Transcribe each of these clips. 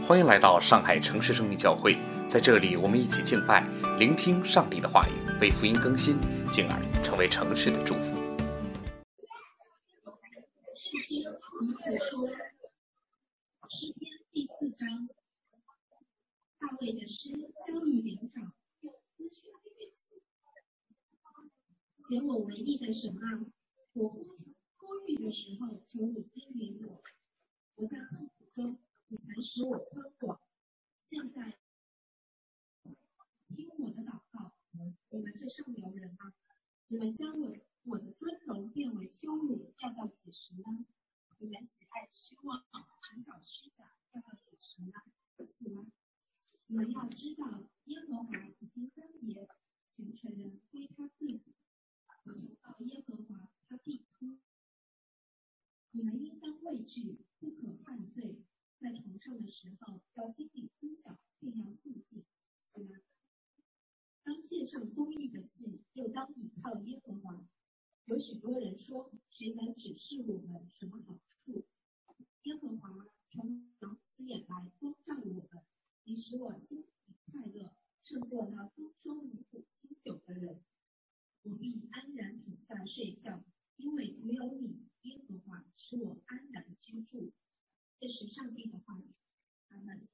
欢迎来到上海城市生命教会，在这里我们一起敬拜，聆听上帝的话语，被福音更新，进而成为城市的祝福。 圣经如此说，诗篇第4章，大卫的诗交于灵长，用丝弦的乐器。显我为义的神啊，我呼吁的时候，求你应允我。我在痛苦中，你才使我宽广。现在听我的祷告，你们这上流人啊，你们将我的尊荣变为羞辱，要到几时呢？你们喜爱虚妄，寻找虚假，要到几时呢？是吗？你们要知道，耶和华已经分别虔诚人归他自己。我求告耶和华，他必听。你们应当畏惧，不可犯罪。在床上的时候，要心里思想，并要肃静。是吗？当献上公义的祭，又当倚靠耶和华。有许多人说，谁能指示我们什么好处？耶和华从仰起眼来光照我们，你使我心里快乐，胜过那丰收五谷清酒的人。我必安然躺下睡觉，因为唯有你，耶和华，使我安然居住。这是上帝的话语。阿们。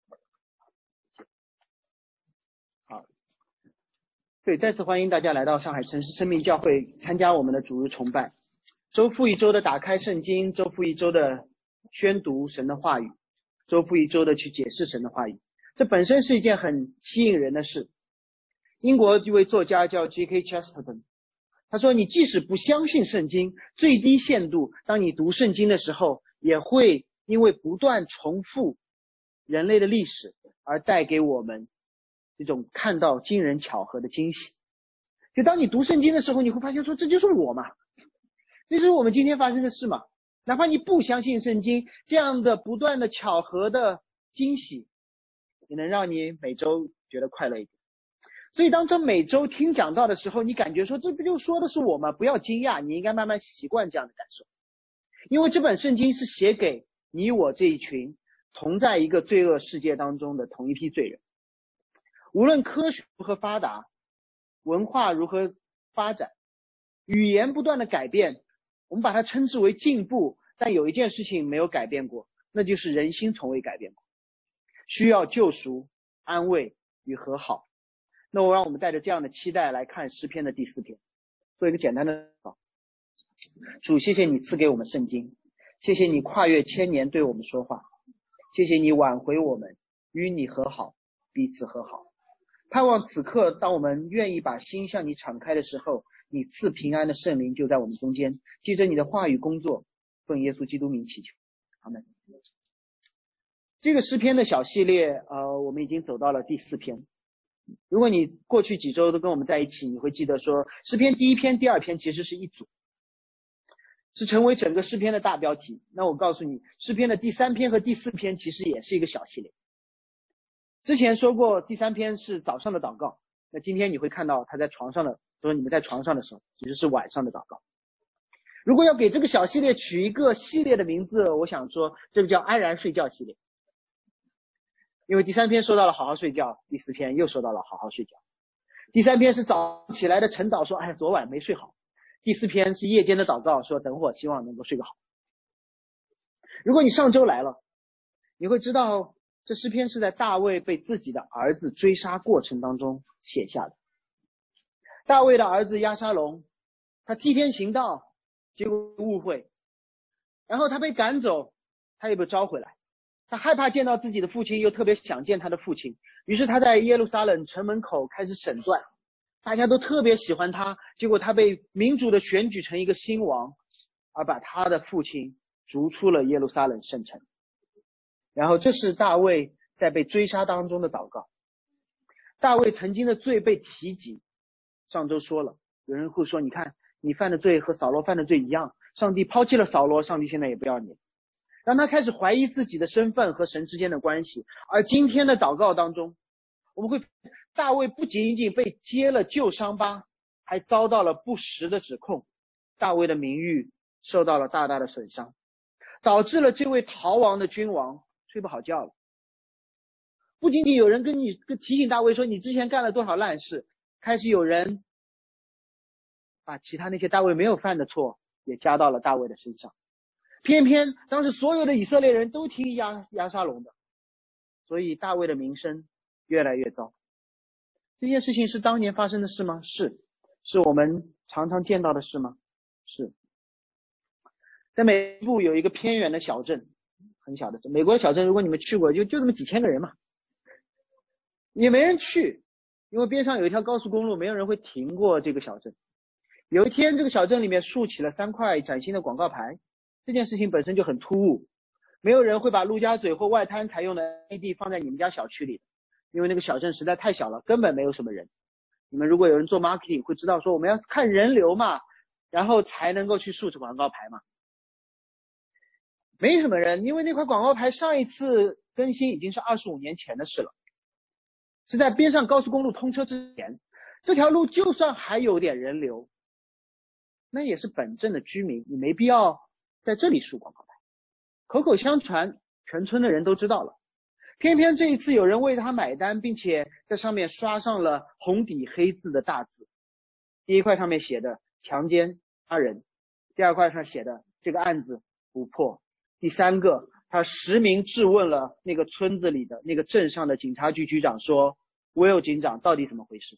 好，对，再次欢迎大家来到上海城市生命教会，参加我们的主日崇拜。周复一周的打开圣经，周复一周的宣读神的话语，周复一周的去解释神的话语，这本身是一件很吸引人的事。英国一位作家叫 G.K. Chesterton， 他说，你即使不相信圣经，最低限度当你读圣经的时候，也会因为不断重复人类的历史而带给我们这种看到惊人巧合的惊喜。就当你读圣经的时候，你会发现说，这就是我嘛，这是我们今天发生的事嘛。哪怕你不相信圣经，这样的不断的巧合的惊喜也能让你每周觉得快乐一点。所以当这每周听讲道的时候，你感觉说这不就说的是我吗？不要惊讶，你应该慢慢习惯这样的感受。因为这本圣经是写给你我这一群同在一个罪恶世界当中的同一批罪人。无论科学如何发达，文化如何发展，语言不断的改变，我们把它称之为进步，但有一件事情没有改变过，那就是人心从未改变过，需要救赎、安慰与和好。那让我们带着这样的期待来看诗篇的第4篇，做一个简单的祷告。主，谢谢你赐给我们圣经，谢谢你跨越千年对我们说话，谢谢你挽回我们，与你和好，彼此和好。盼望此刻当我们愿意把心向你敞开的时候，你赐平安的圣灵就在我们中间，借着你的话语工作，奉耶稣基督名祈求，阿们。这个诗篇的小系列我们已经走到了第4篇。如果你过去几周都跟我们在一起，你会记得说诗篇第1篇第2篇其实是一组，是成为整个诗篇的大标题。那我告诉你，诗篇的第3篇和第4篇其实也是一个小系列。之前说过第3篇是早上的祷告，那今天你会看到他在床上的，说你们在床上的时候其实是晚上的祷告。如果要给这个小系列取一个系列的名字，我想说这个叫安然睡觉系列。因为第3篇说到了好好睡觉，第4篇又说到了好好睡觉。第3篇是早起来的晨祷，说昨晚没睡好。第4篇是夜间的祷告，说等会希望能够睡个好。如果你上周来了，你会知道这诗篇是在大卫被自己的儿子追杀过程当中写下的。大卫的儿子押沙龙，他替天行道，结果误会，然后他被赶走，他也被招回来。他害怕见到自己的父亲，又特别想见他的父亲，于是他在耶路撒冷城门口开始审断，大家都特别喜欢他，结果他被民主的选举成一个新王，而把他的父亲逐出了耶路撒冷圣城。然后这是大卫在被追杀当中的祷告。大卫曾经的罪被提及，上周说了，有人会说，你看你犯的罪和扫罗犯的罪一样，上帝抛弃了扫罗，上帝现在也不要你，让他开始怀疑自己的身份和神之间的关系。而今天的祷告当中，我们会大卫不仅仅被揭了旧伤疤，还遭到了不实的指控，大卫的名誉受到了大大的损伤，导致了这位逃亡的君王睡不好觉了。 不仅仅有人跟你提醒大卫说你之前干了多少烂事，开始有人把其他那些大卫没有犯的错也加到了大卫的身上。偏偏当时所有的以色列人都听押沙龙的，所以大卫的名声越来越糟。这件事情是当年发生的事吗？是我们常常见到的事吗？是。在美部有一个偏远的小镇，很小的镇，美国的小镇如果你们去过就这么几千个人嘛，也没人去，因为边上有一条高速公路，没有人会停过这个小镇。有一天这个小镇里面竖起了3块崭新的广告牌，这件事情本身就很突兀，没有人会把陆家嘴或外滩采用的 LED 放在你们家小区里，因为那个小镇实在太小了，根本没有什么人。你们如果有人做 marketing 会知道说我们要看人流嘛，然后才能够去竖着广告牌嘛。没什么人，因为那块广告牌上一次更新已经是25年前的事了，是在边上高速公路通车之前。这条路就算还有点人流，那也是本镇的居民，你没必要在这里竖广告牌。口口相传，全村的人都知道了。偏偏这一次有人为他买单，并且在上面刷上了红底黑字的大字。第一块上面写的强奸杀人，第二块上写的这个案子不破，第三个他实名质问了那个村子里的那个镇上的警察局局长，说Will警长到底怎么回事。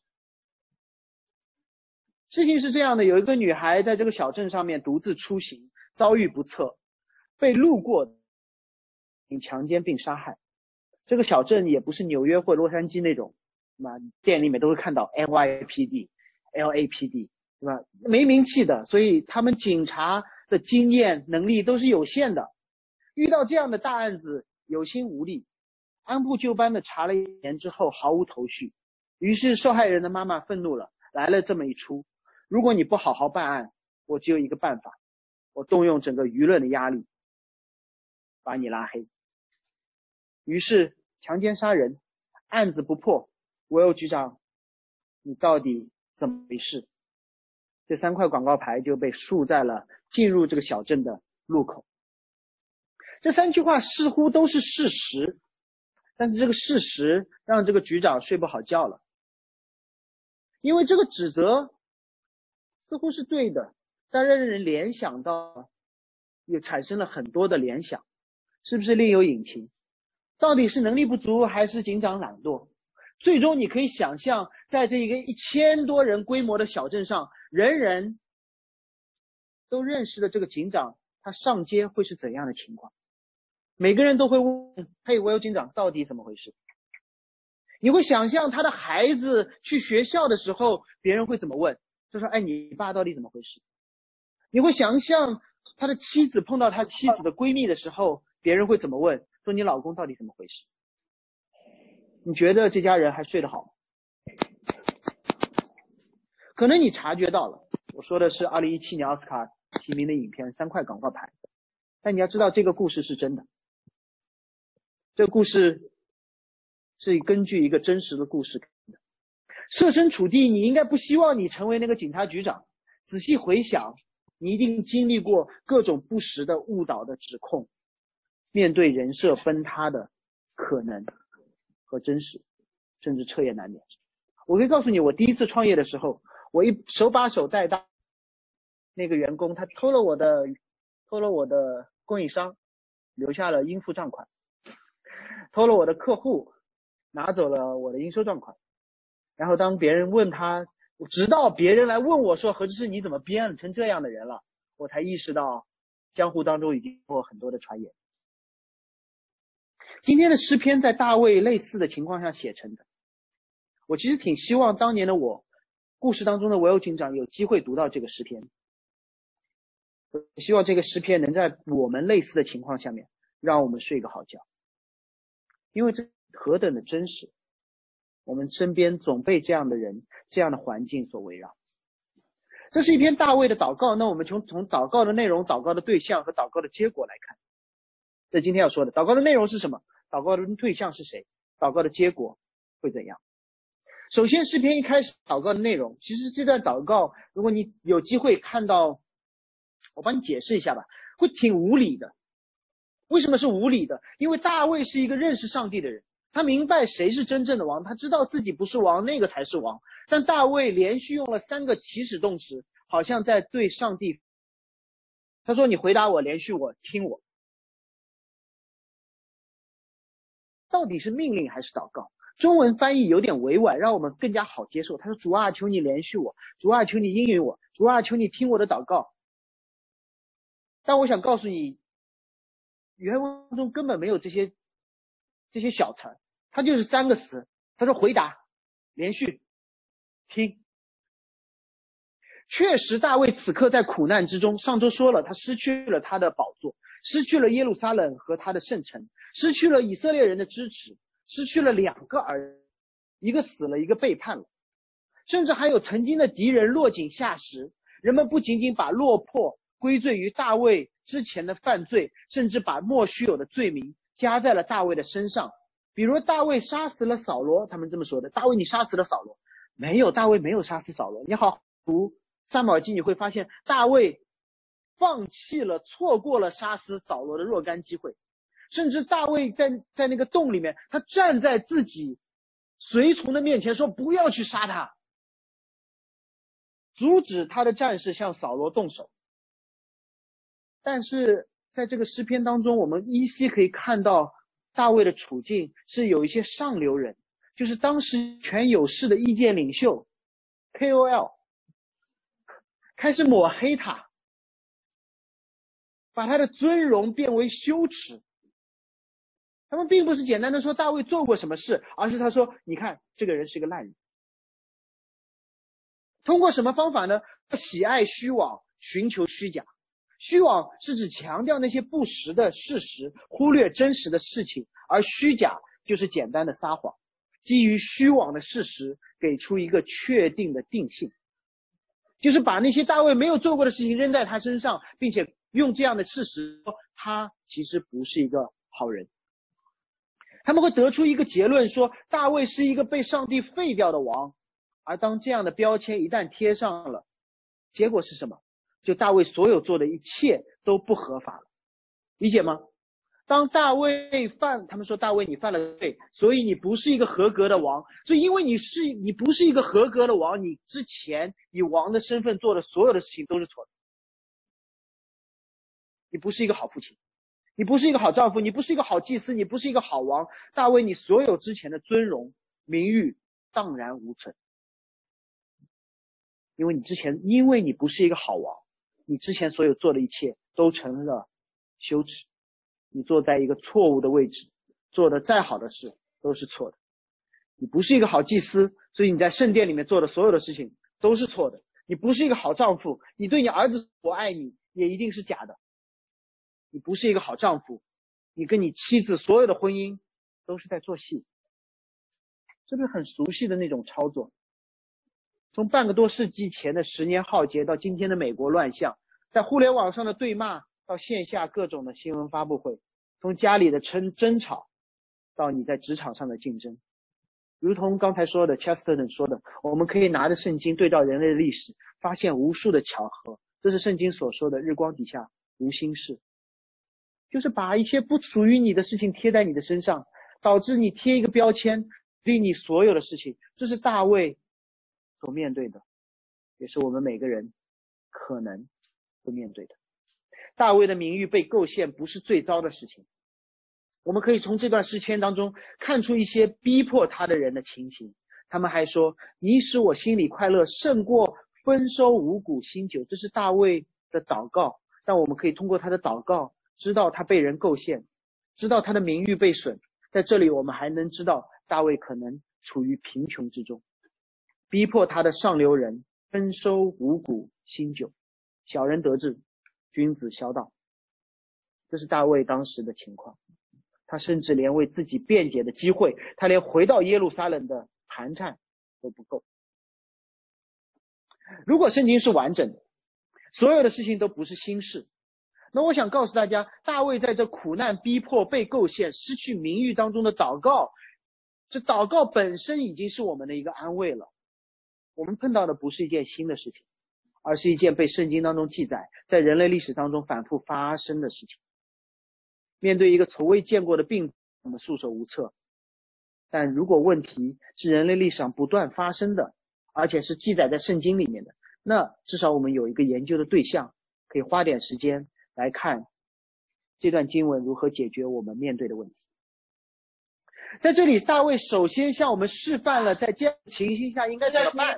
事情是这样的，有一个女孩在这个小镇上面独自出行，遭遇不测，被路过的强奸并杀害。这个小镇也不是纽约或洛杉矶那种，对吧？店里面都会看到 NYPD、LAPD， 对吧？没名气的，所以他们警察的经验能力都是有限的。遇到这样的大案子有心无力，按部就班的查了1年之后毫无头绪。于是受害人的妈妈愤怒了，来了这么一出：如果你不好好办案，我只有一个办法，我动用整个舆论的压力把你拉黑。于是强奸杀人案子不破，Will局长你到底怎么回事？这3块广告牌就被竖在了进入这个小镇的路口。这3句话似乎都是事实，但是这个事实让这个局长睡不好觉了，因为这个指责似乎是对的，但让人联想到又产生了很多的联想，是不是另有隐情？到底是能力不足还是警长懒惰？最终你可以想象，在这一个1000多人规模的小镇上，人人都认识的这个警长，他上街会是怎样的情况？每个人都会问，嘿，Will警长到底怎么回事？你会想象他的孩子去学校的时候，别人会怎么问？就说，哎，你爸到底怎么回事？你会想象他的妻子碰到他妻子的闺蜜的时候，别人会怎么问？说你老公到底怎么回事？你觉得这家人还睡得好吗？可能你察觉到了，我说的是2017年奥斯卡提名的影片《3块广告牌》，但你要知道这个故事是真的，这个故事是根据一个真实的故事的。设身处地，你应该不希望你成为那个警察局长。仔细回想，你一定经历过各种不实的误导的指控，面对人设崩塌的可能和真实，甚至彻夜难眠。我可以告诉你，我第一次创业的时候，我手把手带大那个员工，他偷了我的供应商，留下了应付账款，偷了我的客户，拿走了我的应收账款。然后当别人问他，直到别人来问我说何志是你怎么变成这样的人了，我才意识到江湖当中已经有很多的传言。今天的诗篇在大卫类似的情况下写成的，我其实挺希望当年的我，故事当中的Will警长有机会读到这个诗篇。我希望这个诗篇能在我们类似的情况下面让我们睡个好觉，因为这何等的真实，我们身边总被这样的人这样的环境所围绕。这是一篇大卫的祷告，那我们从祷告的内容、祷告的对象和祷告的结果来看。这今天要说的祷告的内容是什么？祷告的对象是谁？祷告的结果会怎样？首先诗篇一开始祷告的内容，其实这段祷告如果你有机会看到，我帮你解释一下吧，会挺无理的。为什么是无理的？因为大卫是一个认识上帝的人， 他明白谁是真正的王，他知道自己不是王，那个才是王。但大卫连续用了3个祈使动词，好像在对上帝，他说你回答我，连续我，听我。到底是命令还是祷告？中文翻译有点委婉，让我们更加好接受。他说主啊，求你连续我，主啊，求你应允我，主啊，求你听我的祷告。但我想告诉你，原文中根本没有这些小词儿，它就是3个词。他说回答，连续，听。确实大卫此刻在苦难之中，上周说了，他失去了他的宝座，失去了耶路撒冷和他的圣城，失去了以色列人的支持，失去了2个儿子，一个死了，一个背叛了，甚至还有曾经的敌人落井下石。人们不仅仅把落魄归罪于大卫之前的犯罪，甚至把莫须有的罪名加在了大卫的身上。比如大卫杀死了扫罗，他们这么说的，大卫你杀死了扫罗。没有，大卫没有杀死扫罗。你好读撒母耳记，你会发现大卫放弃了，错过了杀死扫罗的若干机会。甚至大卫在那个洞里面，他站在自己随从的面前说不要去杀他，阻止他的战士向扫罗动手。但是在这个诗篇当中，我们依稀可以看到大卫的处境是有一些上流人，就是当时权有势的意见领袖 KOL 开始抹黑他，把他的尊荣变为羞耻。他们并不是简单的说大卫做过什么事，而是他说你看这个人是个烂人。通过什么方法呢？喜爱虚妄，寻求虚假。虚妄是指强调那些不实的事实，忽略真实的事情，而虚假就是简单的撒谎，基于虚妄的事实给出一个确定的定性，就是把那些大卫没有做过的事情扔在他身上，并且用这样的事实说他其实不是一个好人。他们会得出一个结论，说大卫是一个被上帝废掉的王。而当这样的标签一旦贴上了，结果是什么？就大卫所有做的一切都不合法了。理解吗？当大卫他们说大卫你犯了罪，所以你不是一个合格的王。所以因为你不是一个合格的王，你之前以王的身份做的所有的事情都是错的。你不是一个好父亲，你不是一个好丈夫，你不是一个好祭司，你不是一个好王。大卫，你所有之前的尊荣名誉荡然无存。因为你不是一个好王，你之前所有做的一切都成了羞耻。你坐在一个错误的位置，做的再好的事都是错的。你不是一个好祭司，所以你在圣殿里面做的所有的事情都是错的。你不是一个好丈夫，你对你儿子我爱你也一定是假的。你不是一个好丈夫，你跟你妻子所有的婚姻都是在做戏。是不是很熟悉的那种操作？从半个多世纪前的10年浩劫到今天的美国乱象，在互联网上的对骂到线下各种的新闻发布会，从家里的争吵到你在职场上的竞争。如同刚才说的 Chesterton 说的，我们可以拿着圣经对照人类的历史，发现无数的巧合。这是圣经所说的日光底下无心事，就是把一些不属于你的事情贴在你的身上，导致你贴一个标签对你所有的事情。这是大卫所面对的，也是我们每个人可能会面对的。大卫的名誉被构陷不是最糟的事情，我们可以从这段诗篇当中看出一些逼迫他的人的情形。他们还说你使我心里快乐胜过丰收五谷新酒。这是大卫的祷告，但我们可以通过他的祷告知道他被人构陷，知道他的名誉被损。在这里我们还能知道大卫可能处于贫穷之中，逼迫他的上流人丰收五谷新酒，小人得志，君子孝道。这是大卫当时的情况。他甚至连为自己辩解的机会，他连回到耶路撒冷的盘缠都不够。如果圣经是完整的，所有的事情都不是新事，那我想告诉大家，大卫在这苦难逼迫被构陷失去名誉当中的祷告，这祷告本身已经是我们的一个安慰了。我们碰到的不是一件新的事情，而是一件被圣经当中记载，在人类历史当中反复发生的事情。面对一个从未见过的病，我们束手无策， 但如果问题是人类历史上不断发生的，而且是记载在圣经里面的，那至少我们有一个研究的对象，可以花点时间来看这段经文如何解决我们面对的问题。在这里，大卫首先向我们示范了在这样的情形下应该怎么办。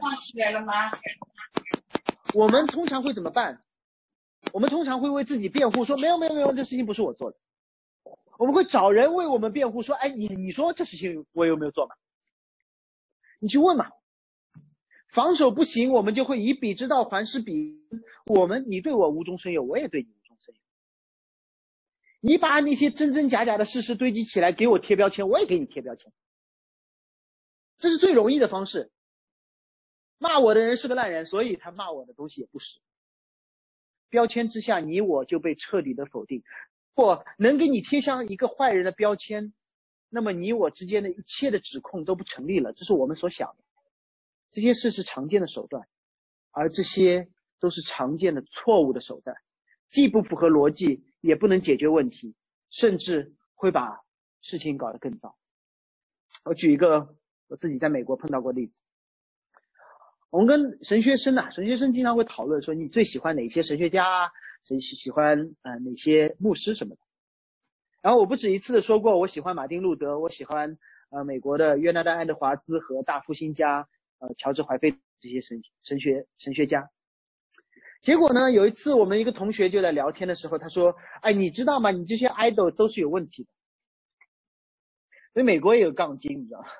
我们通常会怎么办？我们通常会为自己辩护，说没有，这事情不是我做的。我们会找人为我们辩护，说，哎，你说这事情我有没有做嘛？你去问嘛。防守不行，我们就会以彼之道还施彼。你对我无中生有，我也对你无中生有。你把那些真真假假的事实堆积起来，给我贴标签，我也给你贴标签。这是最容易的方式。骂我的人是个烂人，所以他骂我的东西也不实。标签之下，你我就被彻底的否定。我能给你贴上一个坏人的标签，那么你我之间的一切的指控都不成立了，这是我们所想的。这些事是常见的手段，而这些都是常见的错误的手段，既不符合逻辑，也不能解决问题，甚至会把事情搞得更糟。我举一个我自己在美国碰到过的例子。我们跟神学生经常会讨论说，你最喜欢哪些神学家啊？谁喜欢哪些牧师什么的。然后我不止一次的说过，我喜欢马丁路德，我喜欢美国的约拿丹爱德华兹和大复兴家乔治怀菲这些神学家。结果呢，有一次我们一个同学就在聊天的时候，他说，哎，你知道吗？你这些 idol 都是有问题的。所以美国也有杠精，你知道吗？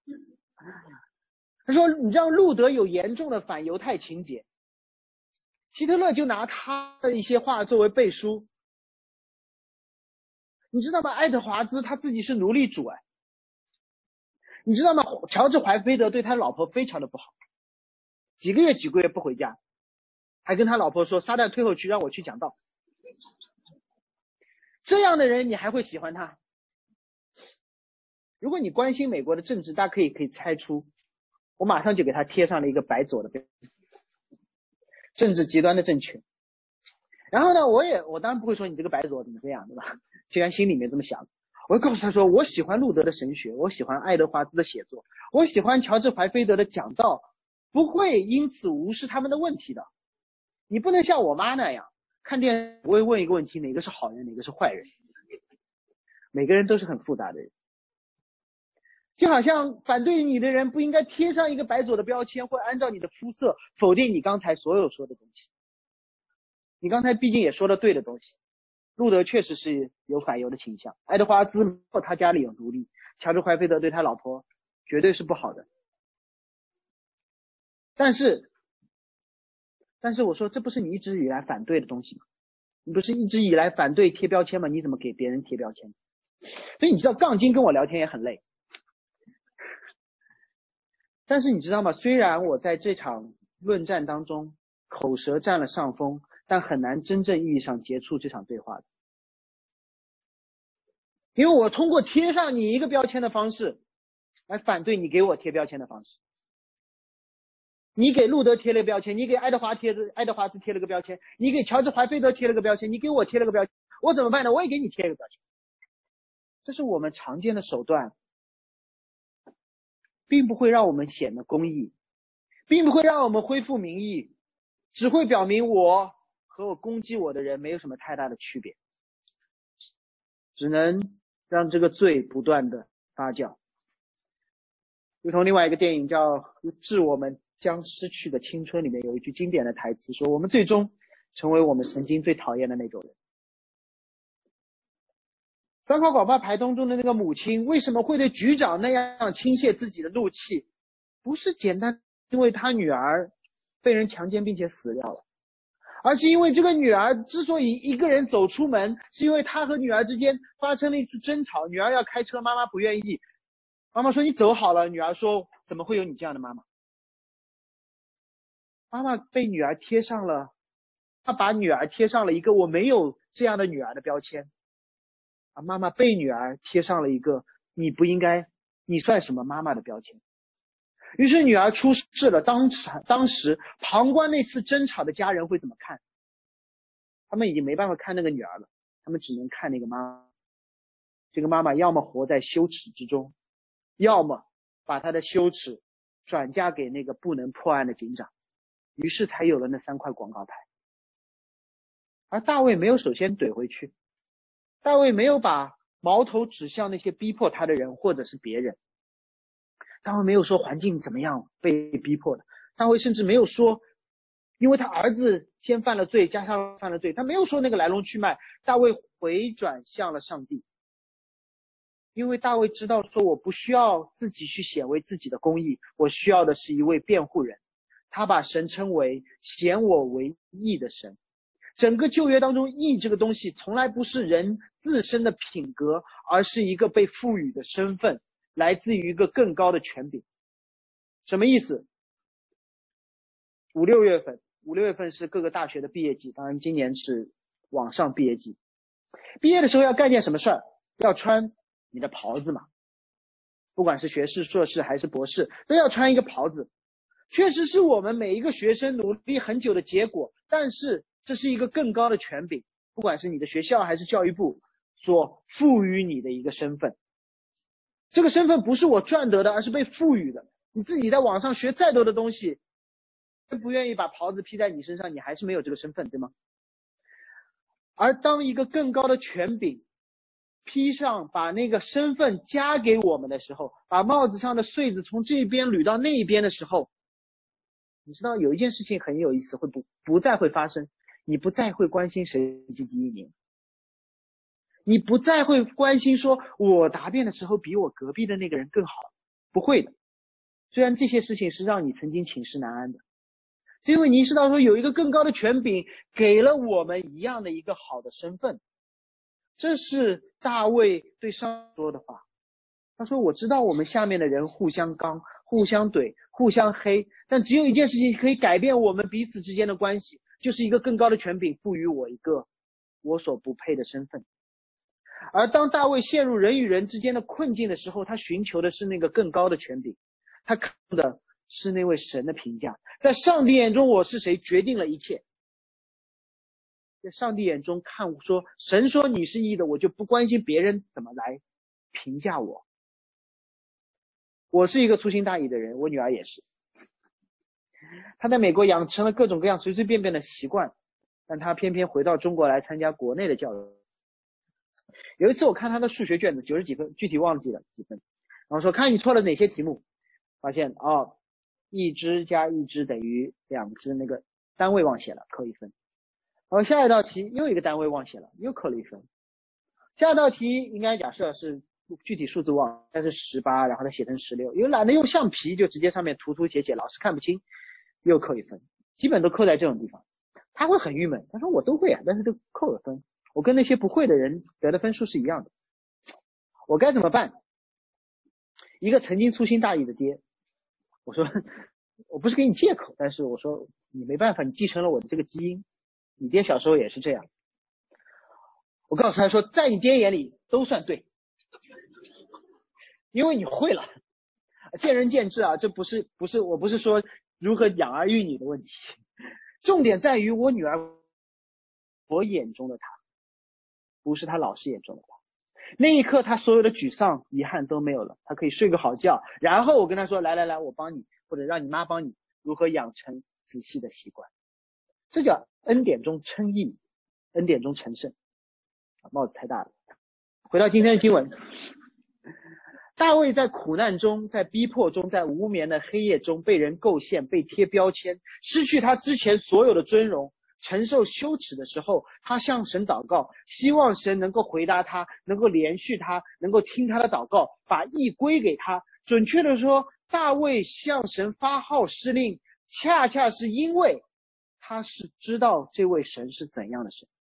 他说，你知道路德有严重的反犹太情节，希特勒就拿他的一些话作为背书。你知道吗？爱德华兹他自己是奴隶主哎。你知道吗？乔治怀菲德对他老婆非常的不好，几个月不回家，还跟他老婆说撒旦退后去，让我去讲道。这样的人你还会喜欢他？如果你关心美国的政治，大家可以猜出，我马上就给他贴上了一个白左的标签，政治极端的正确。然后呢，我当然不会说你这个白左怎么这样，对吧？虽然心里面这么想，我会告诉他说，我喜欢路德的神学，我喜欢爱德华兹的写作，我喜欢乔治怀菲德的讲道，不会因此无视他们的问题的。你不能像我妈那样看电视，我会问一个问题，哪个是好人，哪个是坏人。每个人都是很复杂的人，就好像反对你的人不应该贴上一个白左的标签，或按照你的肤色否定你刚才所有说的东西。你刚才毕竟也说了对的东西，路德确实是有反犹的倾向，爱德华兹他家里有奴隶，乔治怀菲德对他老婆绝对是不好的。但是我说，这不是你一直以来反对的东西吗？你不是一直以来反对贴标签吗？你怎么给别人贴标签？所以你知道杠精跟我聊天也很累。但是你知道吗？虽然我在这场论战当中口舌占了上风，但很难真正意义上结束这场对话的。因为我通过贴上你一个标签的方式来反对你给我贴标签的方式。你给路德贴了个标签，你给爱德华兹贴了个标签，你给乔治怀菲德贴了个标签，你给我贴了个标签，我怎么办呢？我也给你贴一个标签。这是我们常见的手段，并不会让我们显得公义，并不会让我们恢复民意，只会表明我和我攻击我的人没有什么太大的区别，只能让这个罪不断的发酵。如同另外一个电影叫《致我们将失去的青春》里面有一句经典的台词说，我们最终成为我们曾经最讨厌的那种人。三考广发牌当中的那个母亲为什么会对局长那样倾泻自己的怒气？不是简单因为他女儿被人强奸并且死掉了，而是因为这个女儿之所以一个人走出门，是因为他和女儿之间发生了一次争吵，女儿要开车，妈妈不愿意，妈妈说你走好了，女儿说怎么会有你这样的妈妈？妈妈被女儿贴上了，她把女儿贴上了一个我没有这样的女儿的标签。妈妈被女儿贴上了一个你不应该，你算什么妈妈的标签。于是女儿出事了，当时旁观那次争吵的家人会怎么看？他们已经没办法看那个女儿了，他们只能看那个妈妈。这个妈妈要么活在羞耻之中， 要么把他的羞耻转嫁给那个不能破案的警长，于是才有了那3块广告牌。而大卫没有首先怼回去，大卫没有把矛头指向那些逼迫他的人或者是别人，大卫没有说环境怎么样被逼迫的，大卫甚至没有说因为他儿子先犯了罪加上犯了罪，他没有说那个来龙去脉。大卫回转向了上帝，因为大卫知道说我不需要自己去显为自己的公义，我需要的是一位辩护人。他把神称为显我为义的神。整个旧约当中，义这个东西从来不是人自身的品格，而是一个被赋予的身份，来自于一个更高的权柄。什么意思？5、6月份是各个大学的毕业季，当然今年是网上毕业季。毕业的时候要干件什么事儿？要穿你的袍子嘛，不管是学士、硕士还是博士，都要穿一个袍子。确实是我们每一个学生努力很久的结果，但是这是一个更高的权柄，不管是你的学校还是教育部所赋予你的一个身份。这个身份不是我赚得的，而是被赋予的。你自己在网上学再多的东西，不愿意把袍子披在你身上，你还是没有这个身份，对吗？而当一个更高的权柄披上，把那个身份加给我们的时候，把帽子上的穗子从这边捋到那一边的时候，你知道有一件事情很有意思，会不再会发生。你不再会关心谁第1名，你不再会关心说我答辩的时候比我隔壁的那个人更好，不会的。虽然这些事情是让你曾经寝食难安的，是因为你意识到说有一个更高的权柄给了我们一样的一个好的身份。这是大卫对上帝说的话。他说我知道我们下面的人互相刚、互相怼、互相黑，但只有一件事情可以改变我们彼此之间的关系，就是一个更高的权柄赋予我一个我所不配的身份。而当大卫陷入人与人之间的困境的时候，他寻求的是那个更高的权柄，他看的是那位神的评价。在上帝眼中我是谁决定了一切。在上帝眼中看说，神说你是义的，我就不关心别人怎么来评价我。我是一个粗心大意的人，我女儿也是。她在美国养成了各种各样随随便便的习惯，但她偏偏回到中国来参加国内的教育。有一次我看她的数学卷子90几分，具体忘记了几分，然后说看你错了哪些题目，发现1只加1只等于2只，那个单位忘写了，扣1分。然后下一道题又一个单位忘写了，又扣了1分。下一道题应该假设是具体数字忘了，但是18，然后他写成16，因为懒得用橡皮，就直接上面涂写，老师看不清，又扣1分，基本都扣在这种地方。他会很郁闷，他说我都会啊，但是都扣了分，我跟那些不会的人得的分数是一样的，我该怎么办？一个曾经粗心大意的爹，我说我不是给你借口，但是我说你没办法，你继承了我的这个基因，你爹小时候也是这样。我告诉他说，在你爹眼里都算对，因为你会了。见仁见智啊，这我不是说如何养儿育女的问题，重点在于我女儿，我眼中的她，不是她老师眼中的她。那一刻她所有的沮丧遗憾都没有了，她可以睡个好觉。然后我跟她说，来我帮你，或者让你妈帮你如何养成仔细的习惯。这叫恩典中称义，恩典中成圣。帽子太大了。回到今天的经文，大卫在苦难中，在逼迫中，在无眠的黑夜中被人构陷，被贴标签，失去他之前所有的尊荣，承受羞耻的时候，他向神祷告，希望神能够回答他，能够连续他，能够听他的祷告，把义归给他。准确的说，大卫向神发号施令，恰恰是因为他是知道这位神是怎样的神。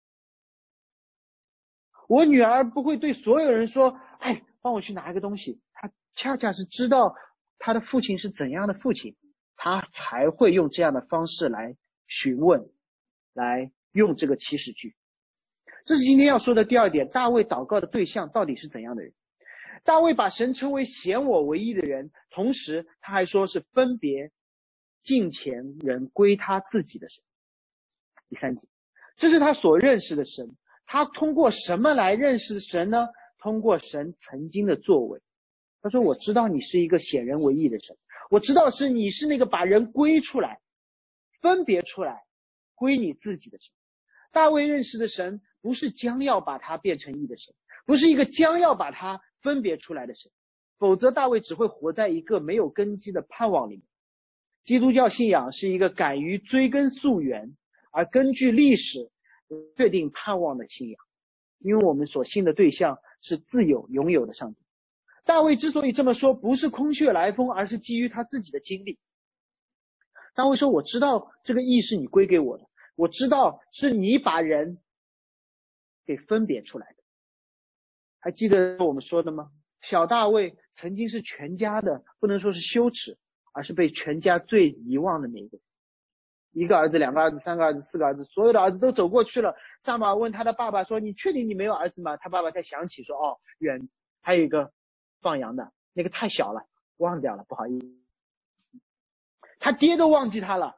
我女儿不会对所有人说，哎，帮我去拿一个东西，她恰恰是知道她的父亲是怎样的父亲，她才会用这样的方式来询问，来用这个祈使句。这是今天要说的第二点，大卫祷告的对象到底是怎样的人。大卫把神称为显我为义的人，同时他还说是分别敬虔人归他自己的神。第三节，这是他所认识的神。他通过什么来认识神呢？通过神曾经的作为。 他说我知道你是一个显人为义的神，我知道你是那个把人归出来，分别出来，归你自己的神。大卫认识的神不是将要把他变成义的神，不是一个将要把他分别出来的神，否则大卫只会活在一个没有根基的盼望里面。基督教信仰是一个敢于追根溯源，而根据历史确定盼望的信仰，因为我们所信的对象是自有拥有的上帝。大卫之所以这么说，不是空穴来风，而是基于他自己的经历。大卫说我知道这个义是你归给我的，我知道是你把人给分别出来的。还记得我们说的吗？小大卫曾经是全家的，不能说是羞耻，而是被全家最遗忘的那一个。一个儿子、两个儿子、三个儿子、四个儿子，所有的儿子都走过去了。撒母耳问他的爸爸说，你确定你没有儿子吗？他爸爸才想起说，哦，还有一个放羊的，那个太小了，忘掉了，不好意思。他爹都忘记他了，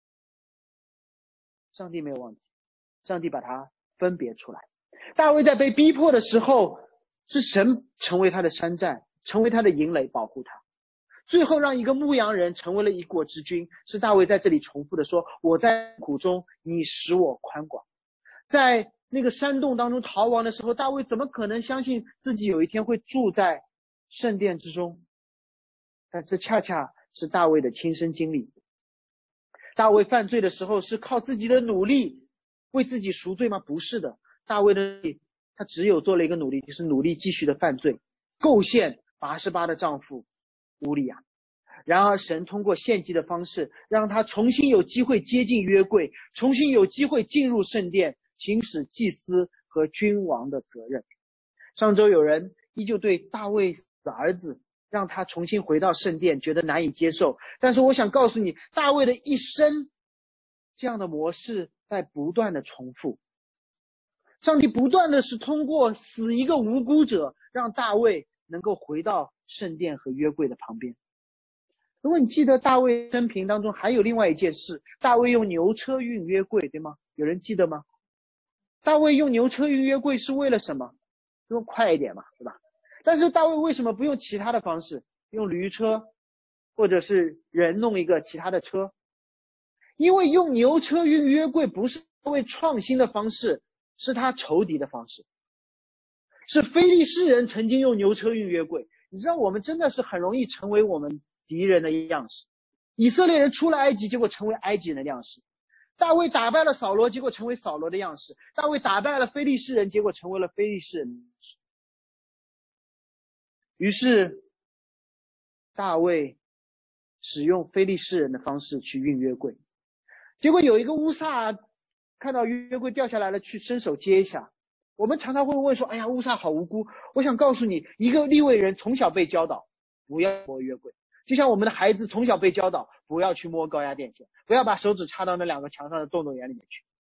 上帝没有忘记，上帝把他分别出来。大卫在被逼迫的时候，是神成为他的山寨，成为他的营垒，保护他。最后让一个牧羊人成为了一国之君，是大卫在这里重复的说，我在苦中，你使我宽广。在那个山洞当中逃亡的时候，大卫怎么可能相信自己有一天会住在圣殿之中？但这恰恰是大卫的亲身经历。大卫犯罪的时候是靠自己的努力为自己赎罪吗？不是的，大卫的他只有做了一个努力，就是努力继续的犯罪，构陷拔示巴的丈夫乌利亚。然而神通过献祭的方式，让他重新有机会接近约柜，重新有机会进入圣殿，行使祭司和君王的责任。上周有人依旧对大卫的儿子让他重新回到圣殿觉得难以接受，但是我想告诉你，大卫的一生这样的模式在不断的重复。上帝不断的是通过死一个无辜者，让大卫能够回到圣殿和约柜的旁边。如果你记得大卫生平当中还有另外一件事，大卫用牛车运约柜，对吗？有人记得吗？大卫用牛车运约柜是为了什么？因为快一点嘛，对吧？但是大卫为什么不用其他的方式，用驴车或者是人弄一个其他的车？因为用牛车运约柜不是大卫创新的方式，是他仇敌的方式。是非利士人曾经用牛车运约柜。你知道我们真的是很容易成为我们敌人的样式。以色列人出了埃及，结果成为埃及人的样式。大卫打败了扫罗，结果成为扫罗的样式。大卫打败了非利士人，结果成为了非利士人的样式。于是大卫使用非利士人的方式去运约柜，结果有一个乌撒看到约柜掉下来了，去伸手接一下。我们常常会问说，哎呀，乌撒好无辜。我想告诉你，一个利未人从小被教导不要摸约柜，就像我们的孩子从小被教导不要去摸高压电线，不要把手指插到那两个墙上的洞洞眼里面去。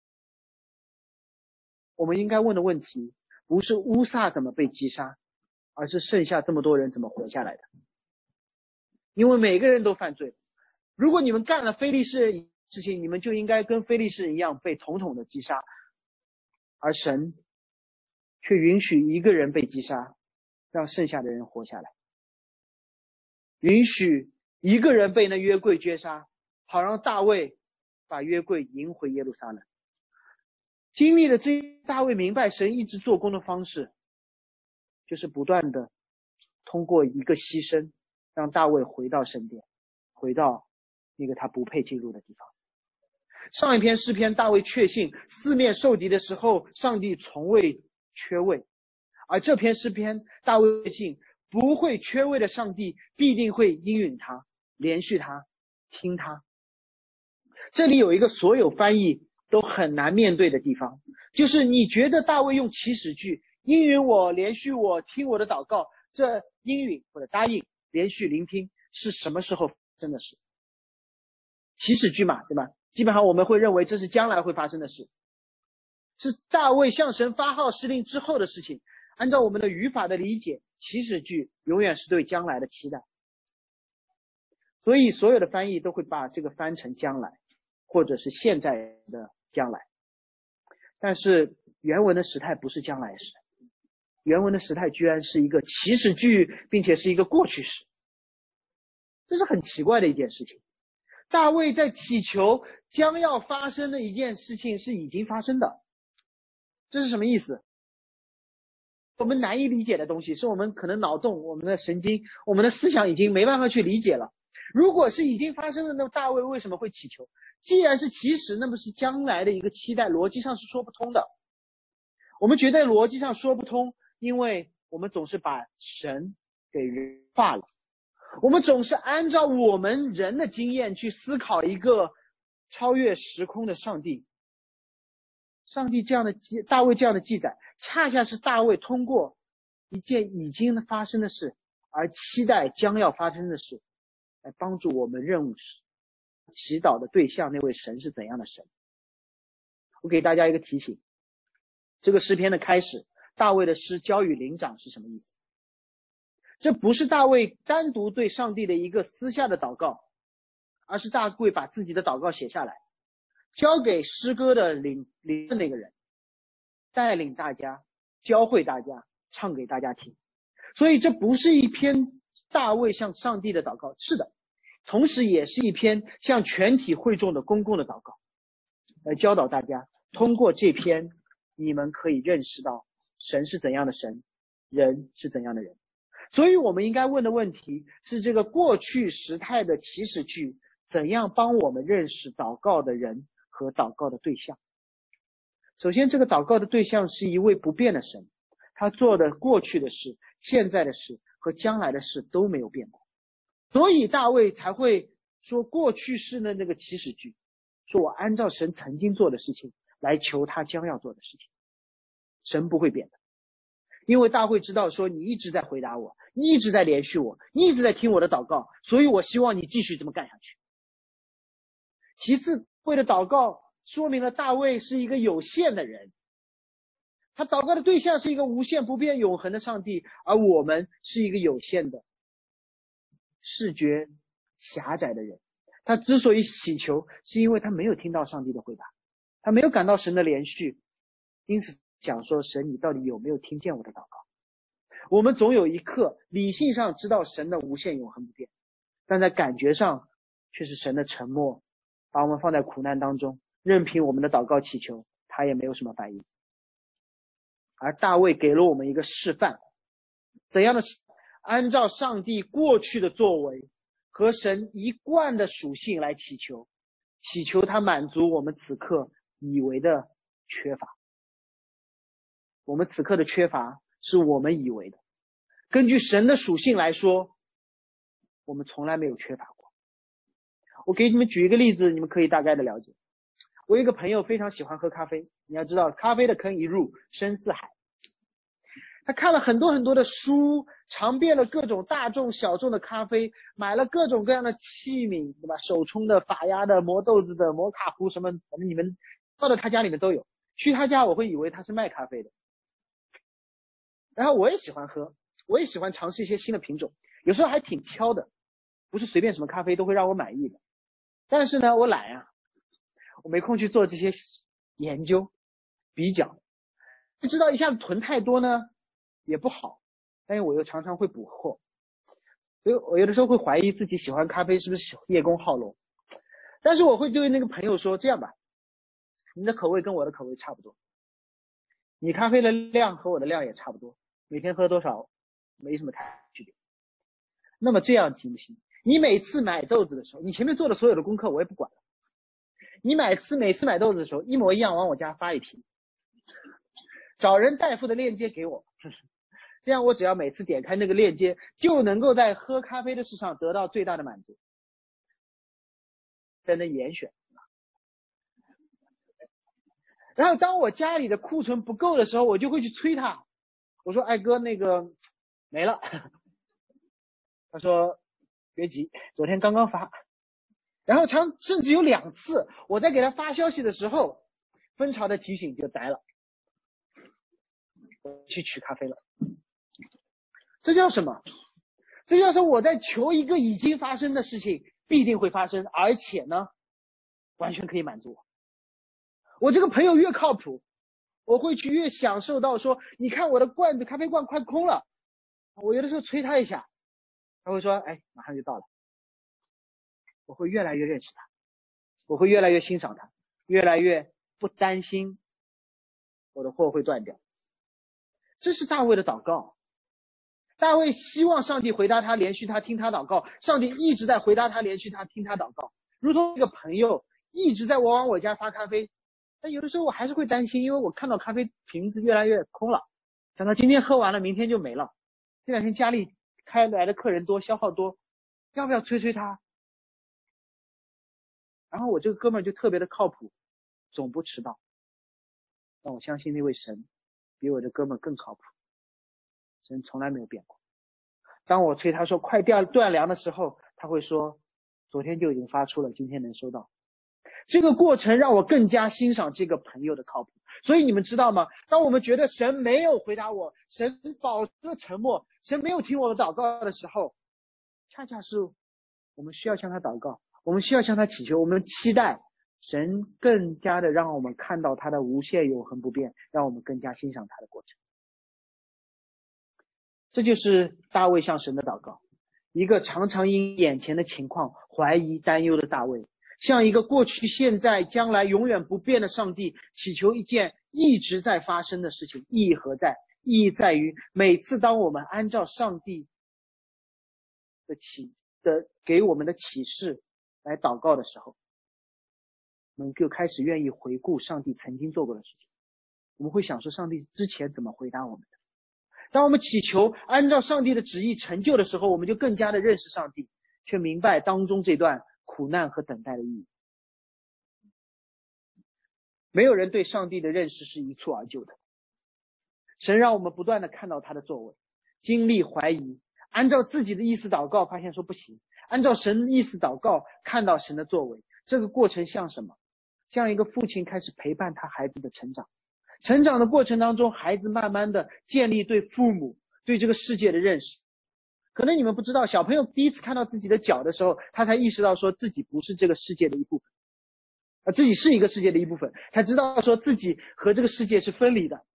我们应该问的问题不是乌撒怎么被击杀，而是剩下这么多人怎么活下来的。因为每个人都犯罪，如果你们干了非利士人事情，你们就应该跟非利士人一样被统统的击杀，而神却允许一个人被击杀，让剩下的人活下来，允许一个人被那约柜追杀，好让大卫把约柜迎回耶路撒冷。经历了这，大卫明白神一直做工的方式，就是不断的通过一个牺牲，让大卫回到圣殿，回到那个他不配进入的地方。上一篇诗篇，大卫确信四面受敌的时候，上帝从未缺位，而这篇诗篇，大卫确信不会缺位的上帝必定会应允他，连续他，听他。这里有一个所有翻译都很难面对的地方，就是你觉得大卫用祈使句应允我，连续我，听我的祷告，这应允或者答应，连续聆听是什么时候发生的事？祈使句嘛，对吧？基本上我们会认为这是将来会发生的事，是大卫向神发号施令之后的事情。按照我们的语法的理解，祈使句永远是对将来的期待，所以所有的翻译都会把这个翻成将来，或者是现在的将来。但是原文的时态不是将来时， 原文的时态居然是一个祈使句，并且是一个过去式，这是很奇怪的一件事情。大卫在祈求将要发生的一件事情是已经发生的，这是什么意思？我们难以理解的东西，是我们可能脑洞、我们的神经、我们的思想已经没办法去理解了。如果是已经发生的，那么大卫为什么会祈求？既然是其实，那么是将来的一个期待，逻辑上是说不通的。我们觉得逻辑上说不通，因为我们总是把神给人化了，我们总是按照我们人的经验去思考一个超越时空的上帝。上帝这样的大卫这样的记载，恰恰是大卫通过一件已经发生的事而期待将要发生的事，来帮助我们认识祈祷的对象那位神是怎样的神。我给大家一个提醒，这个诗篇的开始，大卫的诗交与灵长是什么意思？这不是大卫单独对上帝的一个私下的祷告，而是大卫把自己的祷告写下来，交给诗歌的领的那个人，带领大家，教会大家，唱给大家听。所以这不是一篇大卫向上帝的祷告，是的，同时也是一篇向全体会众的公共的祷告，来教导大家，通过这篇你们可以认识到神是怎样的神，人是怎样的人。所以我们应该问的问题是，这个过去时态的祈使句怎样帮我们认识祷告的人和祷告的对象。首先，这个祷告的对象是一位不变的神，他做的过去的事、现在的事和将来的事都没有变过。所以大卫才会说过去式的那个祈使句，说我按照神曾经做的事情来求他将要做的事情。神不会变的，因为大卫知道说你一直在回答我，你一直在连续我，你一直在听我的祷告，所以我希望你继续这么干下去。其次，为了祷告说明了大卫是一个有限的人，他祷告的对象是一个无限不变永恒的上帝，而我们是一个有限的视觉狭窄的人。他之所以祈求，是因为他没有听到上帝的回答，他没有感到神的连续，因此想说神你到底有没有听见我的祷告。我们总有一刻理性上知道神的无限永恒不变，但在感觉上却是神的沉默，把我们放在苦难当中，任凭我们的祷告祈求，他也没有什么反应。而大卫给了我们一个示范，怎样的按照上帝过去的作为和神一贯的属性来祈求，祈求他满足我们此刻以为的缺乏。我们此刻的缺乏是我们以为的，根据神的属性来说，我们从来没有缺乏过。我给你们举一个例子，你们可以大概的了解。我有一个朋友非常喜欢喝咖啡，你要知道咖啡的坑一入深似海。他看了很多很多的书，尝遍了各种大众小众的咖啡，买了各种各样的器皿，对吧？手冲的、法压的、磨豆子的、摩卡壶什么，反正你们到了他家里面都有。去他家我会以为他是卖咖啡的。然后我也喜欢喝，我也喜欢尝试一些新的品种，有时候还挺挑的，不是随便什么咖啡都会让我满意的。但是呢，我懒啊，我没空去做这些研究比较，不知道一下子囤太多呢也不好，但是我又常常会补货，所以我有的时候会怀疑自己喜欢咖啡是不是叶公好龙。但是我会对那个朋友说，这样吧，你的口味跟我的口味差不多，你咖啡的量和我的量也差不多，每天喝多少没什么太大区别。那么这样行不行？你每次买豆子的时候，你前面做的所有的功课我也不管了，你每次买豆子的时候一模一样往我家发一瓶，找人代付的链接给我，这样我只要每次点开那个链接，就能够在喝咖啡的事上得到最大的满足。真的严选。然后当我家里的库存不够的时候，我就会去催他，我说：“哎哥，那个没了。”他说：“别急，昨天刚刚发。”然后甚至有2次，我在给他发消息的时候，蜂巢的提醒就来了，我去取咖啡了。这叫什么？这叫说我在求一个已经发生的事情必定会发生，而且呢完全可以满足我。我这个朋友越靠谱， 我会去越享受到说，你看我的咖啡罐快空了，我有的时候催他一下，他会说，哎，马上就到了。我会越来越认识他，我会越来越欣赏他，越来越不担心我的货会断掉。这是大卫的祷告。大卫希望上帝回答他，连续他听他祷告，上帝一直在回答他，连续他听他祷告。如同一个朋友一直在往我家发咖啡，但有的时候我还是会担心，因为我看到咖啡瓶子越来越空了，想到今天喝完了明天就没了，这两天家里开来的客人多，消耗多，要不要催他？然后我这个哥们儿就特别的靠谱，总不迟到。但我相信那位神比我的哥们儿更靠谱，神从来没有变过。当我催他说快断粮的时候，他会说昨天就已经发出了，今天能收到。这个过程让我更加欣赏这个朋友的靠谱。所以你们知道吗？当我们觉得神没有回答我，神保持了沉默，神没有听我的祷告的时候，恰恰是我们需要向他祷告，我们需要向他祈求，我们期待神更加的让我们看到他的无限永恒不变，让我们更加欣赏他的过程。这就是大卫向神的祷告，一个常常因眼前的情况怀疑担忧的大卫，向一个过去现在将来永远不变的上帝祈求一件一直在发生的事情。意义何在？意义在于每次当我们按照上帝的给我们的启示来祷告的时候，我们就开始愿意回顾上帝曾经做过的事情，我们会想说上帝之前怎么回答我们的。当我们祈求按照上帝的旨意成就的时候，我们就更加的认识上帝，却明白当中这段苦难和等待的意义。没有人对上帝的认识是一蹴而就的，神让我们不断的看到他的作为，经历怀疑，按照自己的意思祷告，发现说不行，按照神的意思祷告，看到神的作为。这个过程像什么？像一个父亲开始陪伴他孩子的成长，成长的过程当中，孩子慢慢的建立对父母对这个世界的认识。可能你们不知道，小朋友第一次看到自己的脚的时候，他才意识到说自己不是这个世界的一部分，自己是一个世界的一部分，才知道说自己和这个世界是分离的。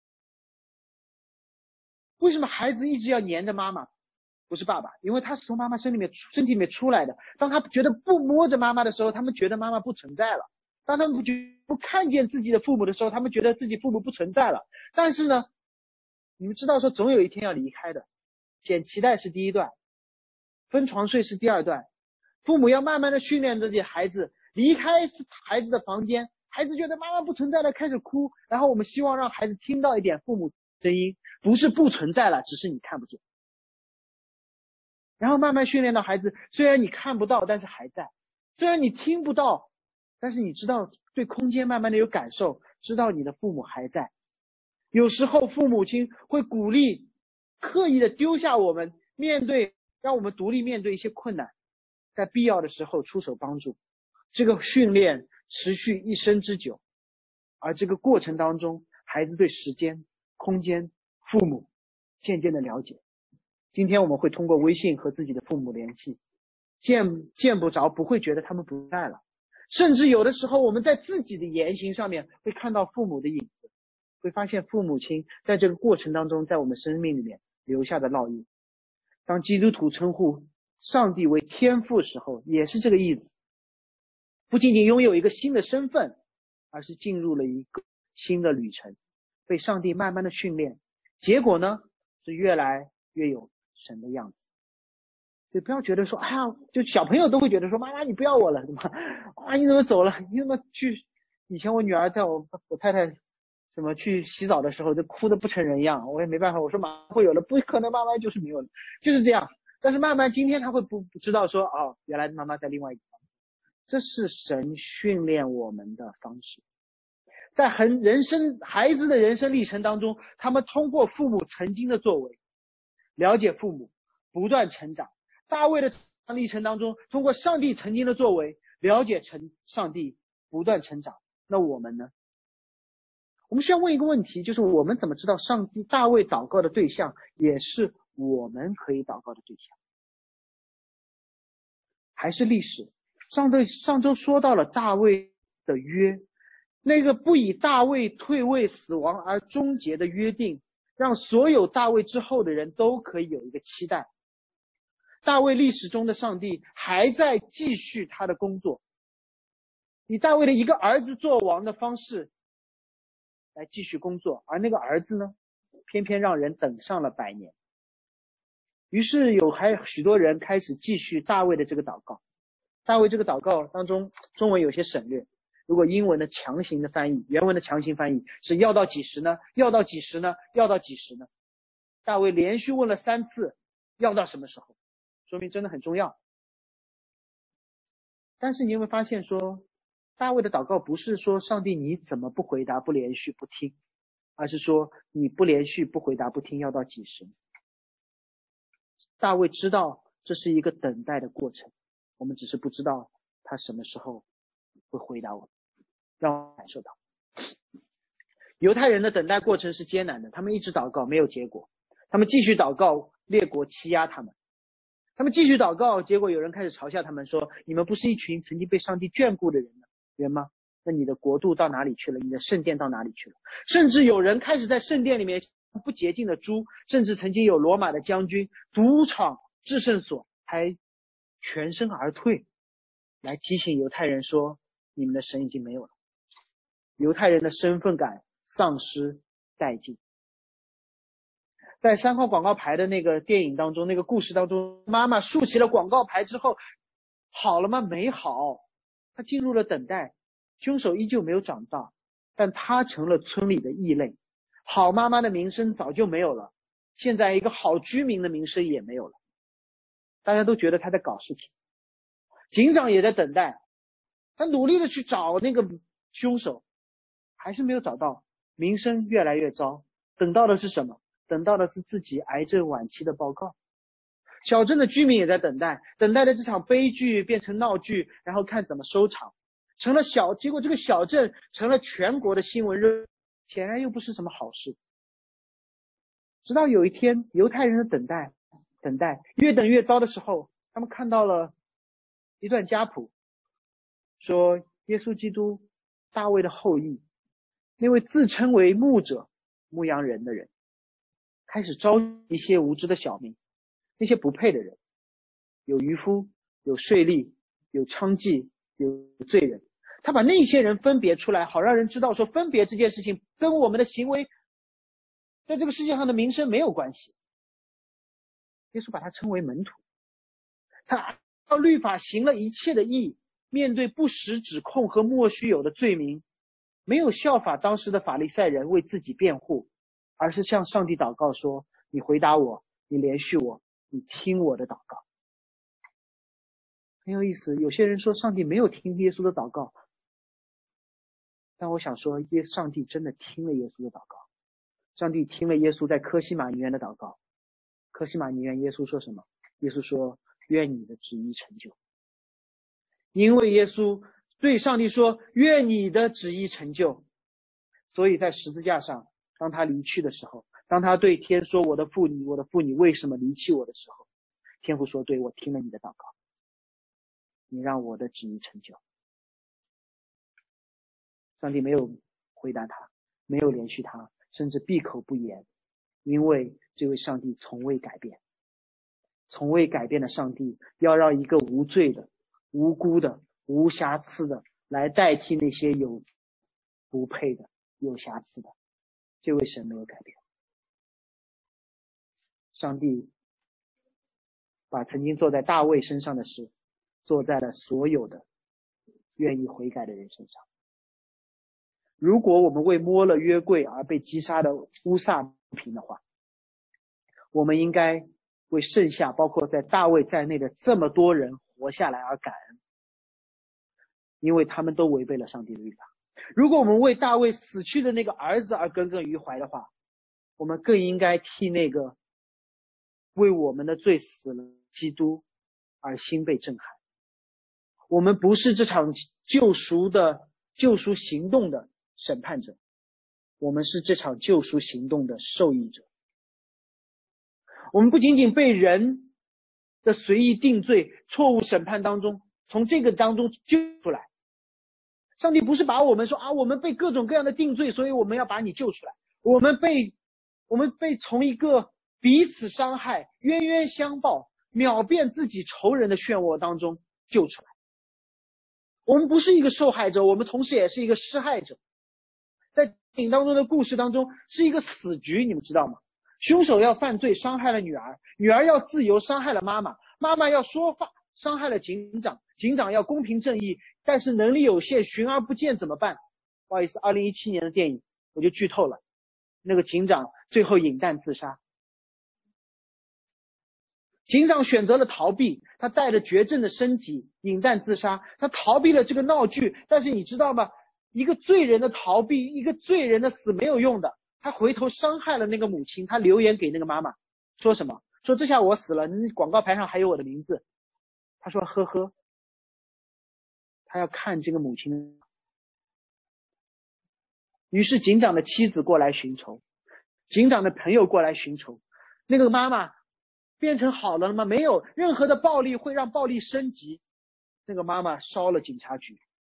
为什么孩子一直要黏着妈妈，不是爸爸？因为他是从妈妈身体里面出来的。当他觉得不摸着妈妈的时候，他们觉得妈妈不存在了。当他们不看见自己的父母的时候，他们觉得自己父母不存在了。但是呢，你们知道说总有一天要离开的。捡脐带是第一段，分床睡是第二段。父母要慢慢的训练自己孩子，离开孩子的房间，孩子觉得妈妈不存在了，开始哭，然后我们希望让孩子听到一点父母声音，不是不存在了，只是你看不见。然后慢慢训练到孩子，虽然你看不到，但是还在；虽然你听不到，但是你知道对空间慢慢的有感受，知道你的父母还在。有时候父母亲会鼓励，刻意的丢下我们，让我们独立面对一些困难，在必要的时候出手帮助。这个训练持续一生之久，而这个过程当中，孩子对时间、空间、父母渐渐的了解。今天我们会通过微信和自己的父母联系，见不着，不会觉得他们不在了。甚至有的时候我们在自己的言行上面会看到父母的影子，会发现父母亲在这个过程当中在我们生命里面留下的烙印。当基督徒称呼上帝为天父时候，也是这个意思，不仅仅拥有一个新的身份，而是进入了一个新的旅程，被上帝慢慢的训练，结果呢是越来越有神的样子。所以不要觉得说，哎呀，就小朋友都会觉得说，妈妈你不要我了，什么啊你怎么走了？你怎么去？以前我女儿在我太太什么去洗澡的时候，就哭得不成人样，我也没办法，我说马上会有了，不可能，妈妈就是没有了，就是这样。但是慢慢今天她会不知道说，哦，原来妈妈在另外一个方面，这是神训练我们的方式。在孩子的人生历程当中，他们通过父母曾经的作为，了解父母，不断成长。大卫的历程当中，通过上帝曾经的作为，了解上帝，不断成长。那我们呢？我们需要问一个问题，就是我们怎么知道大卫祷告的对象也是我们可以祷告的对象？还是历史？上周说到了大卫的约， 那个不以大卫退位死亡而终结的约定，让所有大卫之后的人都可以有一个期待。大卫历史中的上帝还在继续他的工作，以大卫的一个儿子做王的方式来继续工作，而那个儿子呢，偏偏让人等上了100年。于是还有许多人开始继续大卫的这个祷告。大卫这个祷告当中，中文有些省略，如果英文的强行的翻译，原文的强行翻译是要到几时呢？要到几时呢？要到几时呢？大卫连续问了3次，要到什么时候？说明真的很重要。但是你有没有发现说，大卫的祷告不是说上帝你怎么不回答、不连续、不听，而是说你不连续、不回答、不听要到几时？大卫知道这是一个等待的过程，我们只是不知道他什么时候会回答我们，让我感受到。犹太人的等待过程是艰难的，他们一直祷告没有结果，他们继续祷告，列国欺压他们，他们继续祷告，结果有人开始嘲笑他们说，你们不是一群曾经被上帝眷顾的人吗？那你的国度到哪里去了？你的圣殿到哪里去了？甚至有人开始在圣殿里面不洁净的猪，甚至曾经有罗马的将军赌场至圣所还全身而退，来提醒犹太人说，你们的神已经没有了。犹太人的身份感丧失殆尽。在3号广告牌的那个电影当中，那个故事当中，妈妈竖起了广告牌之后，好了吗？没好，她进入了等待，凶手依旧没有找到，但她成了村里的异类。好妈妈的名声早就没有了，现在一个好居民的名声也没有了，大家都觉得她在搞事情。警长也在等待，他努力的去找那个凶手，还是没有找到，名声越来越糟。等到的是什么？等到的是自己癌症晚期的报告。小镇的居民也在等待，等待的这场悲剧变成闹剧，然后看怎么收场。结果这个小镇成了全国的新闻热，显然又不是什么好事。直到有一天，犹太人的等待越等越糟的时候，他们看到了一段家谱，说耶稣基督大卫的后裔，那位自称为牧者牧羊人的人，开始招一些无知的小民，那些不配的人，有渔夫，有税吏，有娼妓，有罪人。他把那些人分别出来，好让人知道说分别这件事情跟我们的行为在这个世界上的名声没有关系。耶稣把他称为门徒，他按照律法行了一切的义，面对不实指控和莫须有的罪名，没有效法当时的法利赛人为自己辩护，而是向上帝祷告说，你回答我，你连续我，你听我的祷告。很有意思，有些人说上帝没有听耶稣的祷告，但我想说上帝真的听了耶稣的祷告。上帝听了耶稣在科西玛尼园的祷告。科西玛尼园耶稣说什么？耶稣说，愿你的旨意成就。因为耶稣对上帝说，愿你的旨意成就，所以在十字架上，当他离去的时候，当他对天说，我的父你为什么离弃我的时候，天父说，对，我听了你的祷告，你让我的旨意成就。上帝没有回答他，没有连续他，甚至闭口不言，因为这位上帝从未改变。从未改变的上帝要让一个无罪的、无辜的、无瑕疵的来代替那些有不配的、有瑕疵的。这位神没有改变。上帝把曾经坐在大卫身上的事做在了所有的愿意悔改的人身上。如果我们为摸了约柜而被击杀的乌撒不平的话，我们应该为剩下包括在大卫在内的这么多人活下来而感恩，因为他们都违背了上帝的律法。如果我们为大卫死去的那个儿子而耿耿于怀的话，我们更应该替那个为我们的罪死了基督而心被震撼。我们不是这场救赎行动的审判者，我们是这场救赎行动的受益者。我们不仅仅被人的随意定罪、错误审判当中，从这个当中救出来， 上帝不是把我们说啊，我们被各种各样的定罪，所以我们要把你救出来。我们被从一个彼此伤害、冤冤相报、秒变自己仇人的漩涡当中救出来。我们不是一个受害者，我们同时也是一个施害者。在电影当中的故事当中是一个死局，你们知道吗？凶手要犯罪伤害了女儿，女儿要自由伤害了妈妈，妈妈要说话伤害了警长，警长要公平正义，但是能力有限，寻而不见怎么办？不好意思，2017年的电影我就剧透了，那个警长最后饮弹自杀。警长选择了逃避，他带着绝症的身体饮弹自杀，他逃避了这个闹剧。但是你知道吗？一个罪人的逃避，一个罪人的死没有用的，他回头伤害了那个母亲。他留言给那个妈妈说什么？说这下我死了，你广告牌上还有我的名字。他说呵呵，他要看这个母亲。于是警长的妻子过来寻仇，警长的朋友过来寻仇，那个妈妈变成好了吗？没有，任何的暴力会让暴力升级。那个妈妈烧了警察局。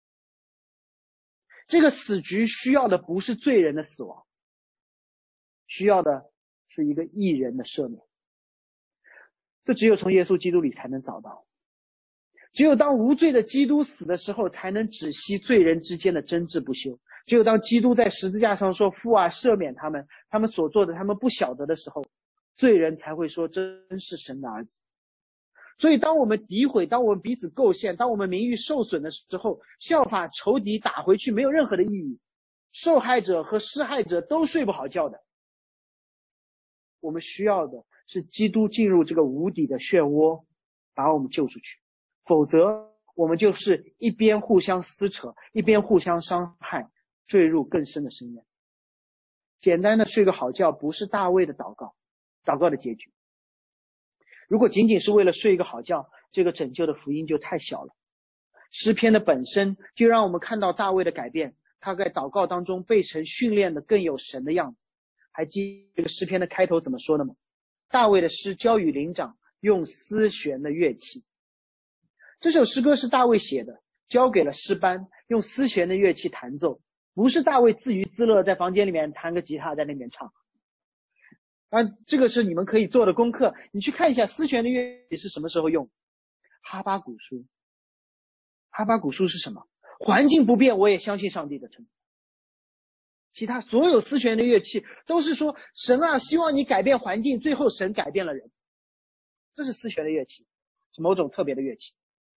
这个死局需要的不是罪人的死亡，需要的是一个义人的赦免。这只有从耶稣基督里才能找到。只有当无罪的基督死的时候，才能止息罪人之间的争执不休。只有当基督在十字架上说父啊赦免他们，他们所做的他们不晓得的时候，罪人才会说真是神的儿子。所以当我们诋毁，当我们彼此构陷，当我们名誉受损的时候，效法仇敌打回去没有任何的意义，受害者和施害者都睡不好觉的。我们需要的是基督进入这个无底的漩涡，把我们救出去，否则我们就是一边互相撕扯，一边互相伤害，坠入更深的深渊。简单的睡个好觉不是大卫的祷告的结局。如果仅仅是为了睡一个好觉，这个拯救的福音就太小了。诗篇的本身就让我们看到大卫的改变，他在祷告当中被神训练的更有神的样子。还记得这个诗篇的开头怎么说的吗？大卫的诗交与灵长，用丝弦的乐器。这首诗歌是大卫写的，交给了诗班，用丝弦的乐器弹奏，不是大卫自娱自乐在房间里面弹个吉他在那边唱。这个是你们可以做的功课，你去看一下丝弦的乐器是什么时候用。哈巴谷书。哈巴谷书是什么？环境不变，我也相信上帝的称。其他所有丝弦的乐器都是说神啊希望你改变环境，最后神改变了人。这是丝弦的乐器，是某种特别的乐器。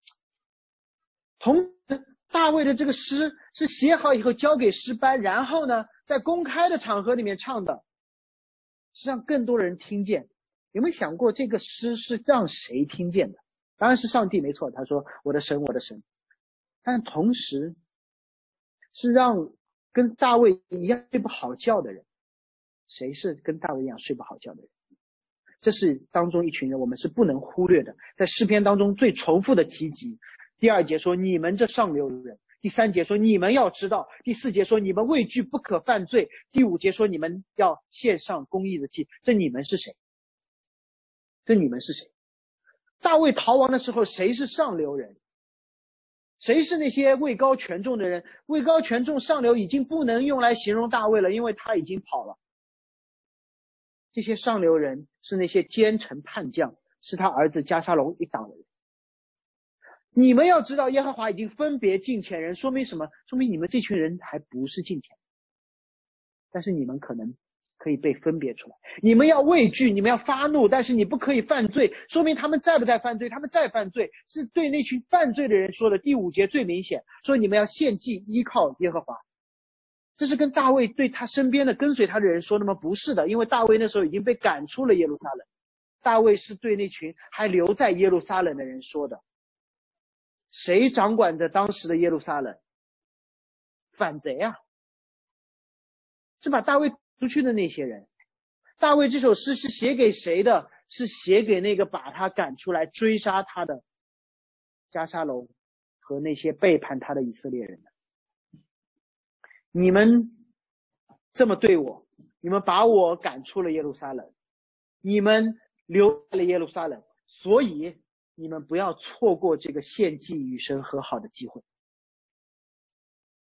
大卫的这个诗是写好以后交给诗班，然后呢在公开的场合里面唱的，是让更多人听见。有没有想过这个诗是让谁听见的？当然是上帝没错，他说我的神我的神，但同时是让跟大卫一样睡不好觉的人。谁是跟大卫一样睡不好觉的人？这是当中一群人我们是不能忽略的，在诗篇当中最重复的提及。第2节说你们这上流人，第3节说你们要知道，第4节说你们畏惧不可犯罪，第5节说你们要献上公义的祭。这你们是谁？这你们是谁？大卫逃亡的时候谁是上流人？谁是那些位高权重的人？位高权重上流已经不能用来形容大卫了，因为他已经跑了。这些上流人是那些奸臣叛将，是他儿子迦沙龙一党的人。你们要知道耶和华已经分别敬虔人，说明什么？说明你们这群人还不是敬虔，但是你们可能可以被分别出来。你们要畏惧，你们要发怒，但是你不可以犯罪，说明他们在不在犯罪？他们在犯罪，是对那群犯罪的人说的。第5节最明显，说你们要献祭依靠耶和华。这是跟大卫对他身边的跟随他的人说的吗？不是的，因为大卫那时候已经被赶出了耶路撒冷。大卫是对那群还留在耶路撒冷的人说的。谁掌管着当时的耶路撒冷？反贼啊，是把大卫出去的那些人。大卫这首诗是写给谁的？是写给那个把他赶出来追杀他的迦沙龙和那些背叛他的以色列人的。你们这么对我，你们把我赶出了耶路撒冷，你们留在了耶路撒冷，所以你们不要错过这个献祭与神和好的机会。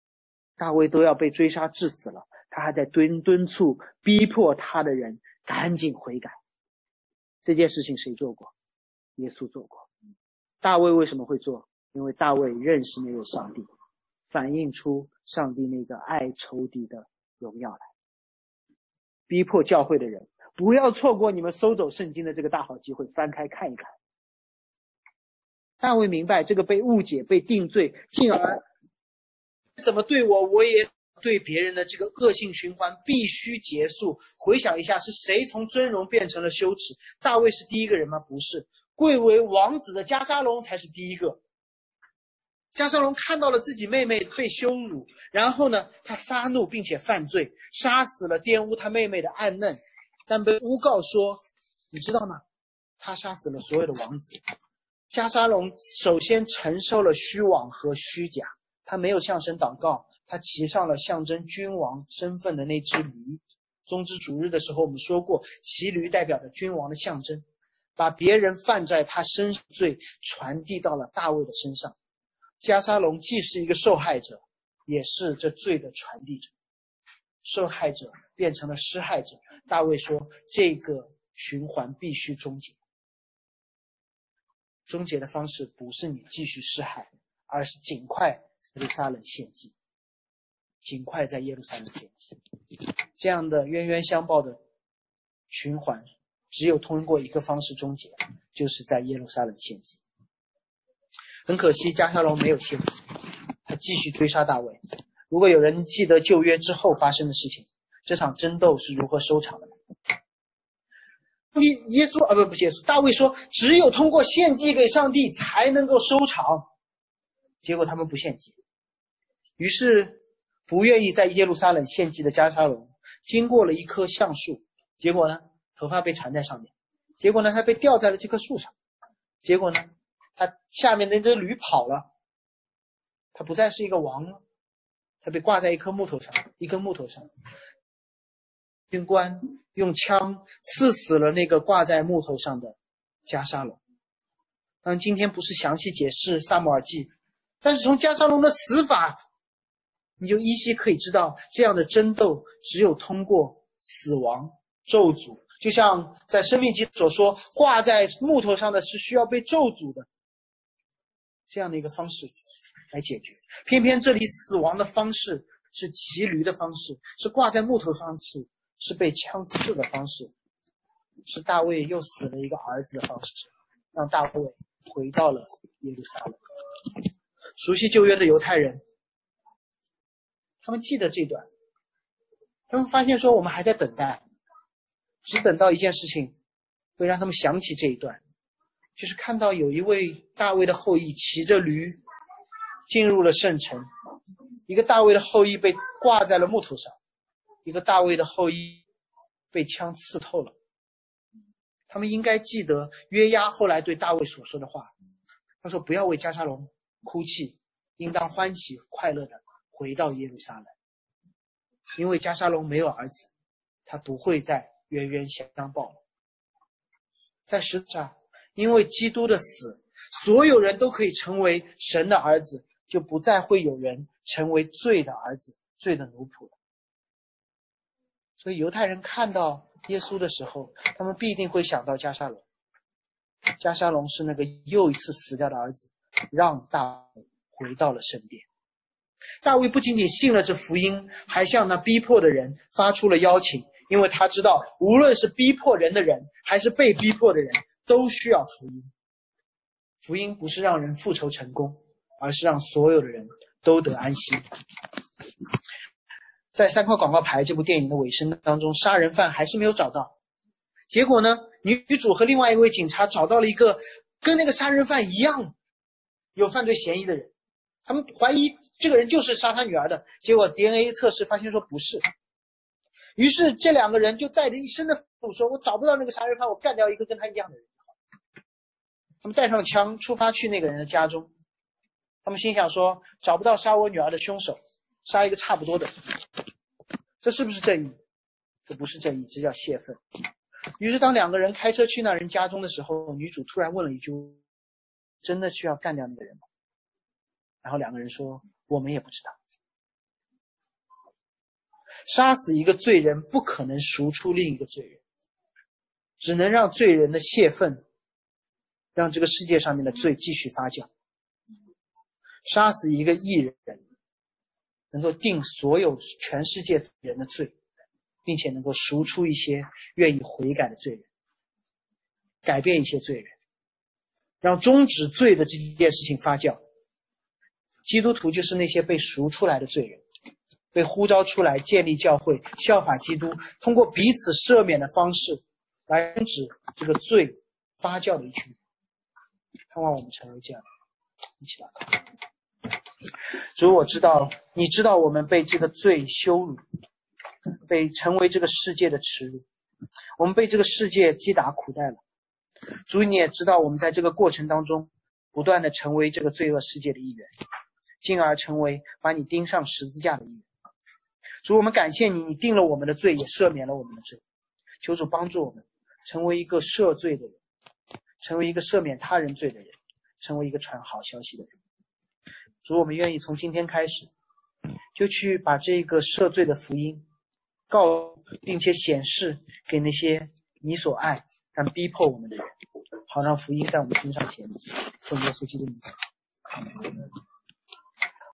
大卫都要被追杀致死了，他还在敦促逼迫他的人赶紧悔改。这件事情谁做过？耶稣做过。大卫为什么会做？因为大卫认识那位上帝，反映出上帝那个爱仇敌的荣耀来。逼迫教会的人，不要错过你们搜走圣经的这个大好机会，翻开看一看。大卫明白这个被误解、被定罪，进而怎么对我，我也对别人的这个恶性循环必须结束。回想一下，是谁从尊荣变成了羞耻？大卫是第一个人吗？不是，贵为王子的押沙龙才是第一个。押沙龙看到了自己妹妹被羞辱，然后呢，他发怒并且犯罪，杀死了玷污他妹妹的暗嫩，但被诬告说，你知道吗？他杀死了所有的王子。押沙龙首先承受了虚妄和虚假，他没有向神祷告，他骑上了象征君王身份的那只驴。宗之主日的时候我们说过，骑驴代表着君王的象征，把别人犯在他身上的罪传递到了大卫的身上。押沙龙既是一个受害者，也是这罪的传递者。受害者变成了施害者，大卫说这个循环必须终结。终结的方式不是你继续施害，而是尽快耶路撒冷献祭，尽快在耶路撒冷献祭。这样的冤冤相报的循环只有通过一个方式终结，就是在耶路撒冷献祭。很可惜押沙龙没有献祭，他继续追杀大卫。如果有人记得旧约之后发生的事情，这场争斗是如何收场的？大卫说只有通过献祭给上帝才能够收场，结果他们不献祭。于是不愿意在耶路撒冷献祭的押沙龙经过了一棵橡树，结果呢头发被缠在上面，结果呢他被吊在了这棵树上，结果呢他下面的那只驴跑了，他不再是一个王了，他被挂在一根木头上。军官用枪刺死了那个挂在木头上的押沙龙。当然今天不是详细解释撒母耳记，但是从押沙龙的死法你就依稀可以知道，这样的争斗只有通过死亡咒诅，就像在申命记所说，挂在木头上的是需要被咒诅的，这样的一个方式来解决。偏偏这里死亡的方式是骑驴的方式，是挂在木头方式，是被枪刺的方式，是大卫又死了一个儿子的方式，让大卫回到了耶路撒冷。熟悉旧约的犹太人，他们记得这段，他们发现说我们还在等待，只等到一件事情会让他们想起这一段，就是看到有一位大卫的后裔骑着驴进入了圣城，一个大卫的后裔被挂在了木头上，一个大卫的后裔被枪刺透了。他们应该记得约押后来对大卫所说的话，他说不要为押沙龙哭泣，应当欢喜快乐的回到耶路撒冷，因为押沙龙没有儿子，他不会再冤冤相报了。在十字架，因为基督的死，所有人都可以成为神的儿子，就不再会有人成为罪的儿子、罪的奴仆了。所以犹太人看到耶稣的时候，他们必定会想到押沙龙。押沙龙是那个又一次死掉的儿子，让大卫回到了圣殿。大卫不仅仅信了这福音，还向那逼迫的人发出了邀请，因为他知道无论是逼迫人的人还是被逼迫的人都需要福音。福音不是让人复仇成功，而是让所有的人都得安息。在3块广告牌这部电影的尾声当中，杀人犯还是没有找到。结果呢，女主和另外一位警察找到了一个跟那个杀人犯一样有犯罪嫌疑的人，他们怀疑这个人就是杀他女儿的，结果 DNA 测试发现说不是。于是这两个人就带着一身的愤怒说，我找不到那个杀人犯，我干掉一个跟他一样的人。他们带上枪出发去那个人的家中，他们心想说，找不到杀我女儿的凶手，杀一个差不多的。这是不是正义？这不是正义，这叫泄愤。于是当两个人开车去那人家中的时候，女主突然问了一句，真的需要干掉那个人吗？然后两个人说，我们也不知道。 杀死一个罪人不可能赎出另一个罪人，只能让罪人的泄愤，让这个世界上面的罪继续发酵。杀死一个义人，能够定所有全世界人的罪，并且能够赎出一些愿意悔改的罪人，改变一些罪人，让终止罪的这件事情发酵。基督徒就是那些被赎出来的罪人，被呼召出来建立教会，效法基督，通过彼此赦免的方式来终止这个罪发酵的一群人。盼望我们成为这样的人。一起祷告。主，我知道，你知道我们被这个罪羞辱，被成为这个世界的耻辱，我们被这个世界击打苦待了。主，你也知道我们在这个过程当中不断的成为这个罪恶世界的一员，进而成为把你钉上十字架的一员。主，我们感谢你，你定了我们的罪，也赦免了我们的罪。求主帮助我们成为一个赦罪的人，成为一个赦免他人罪的人，成为一个传好消息的人。主，我们愿意从今天开始就去把这个赦罪的福音告，并且显示给那些你所爱但逼迫我们的人，好让福音在我们身上显明。奉耶稣基督的名。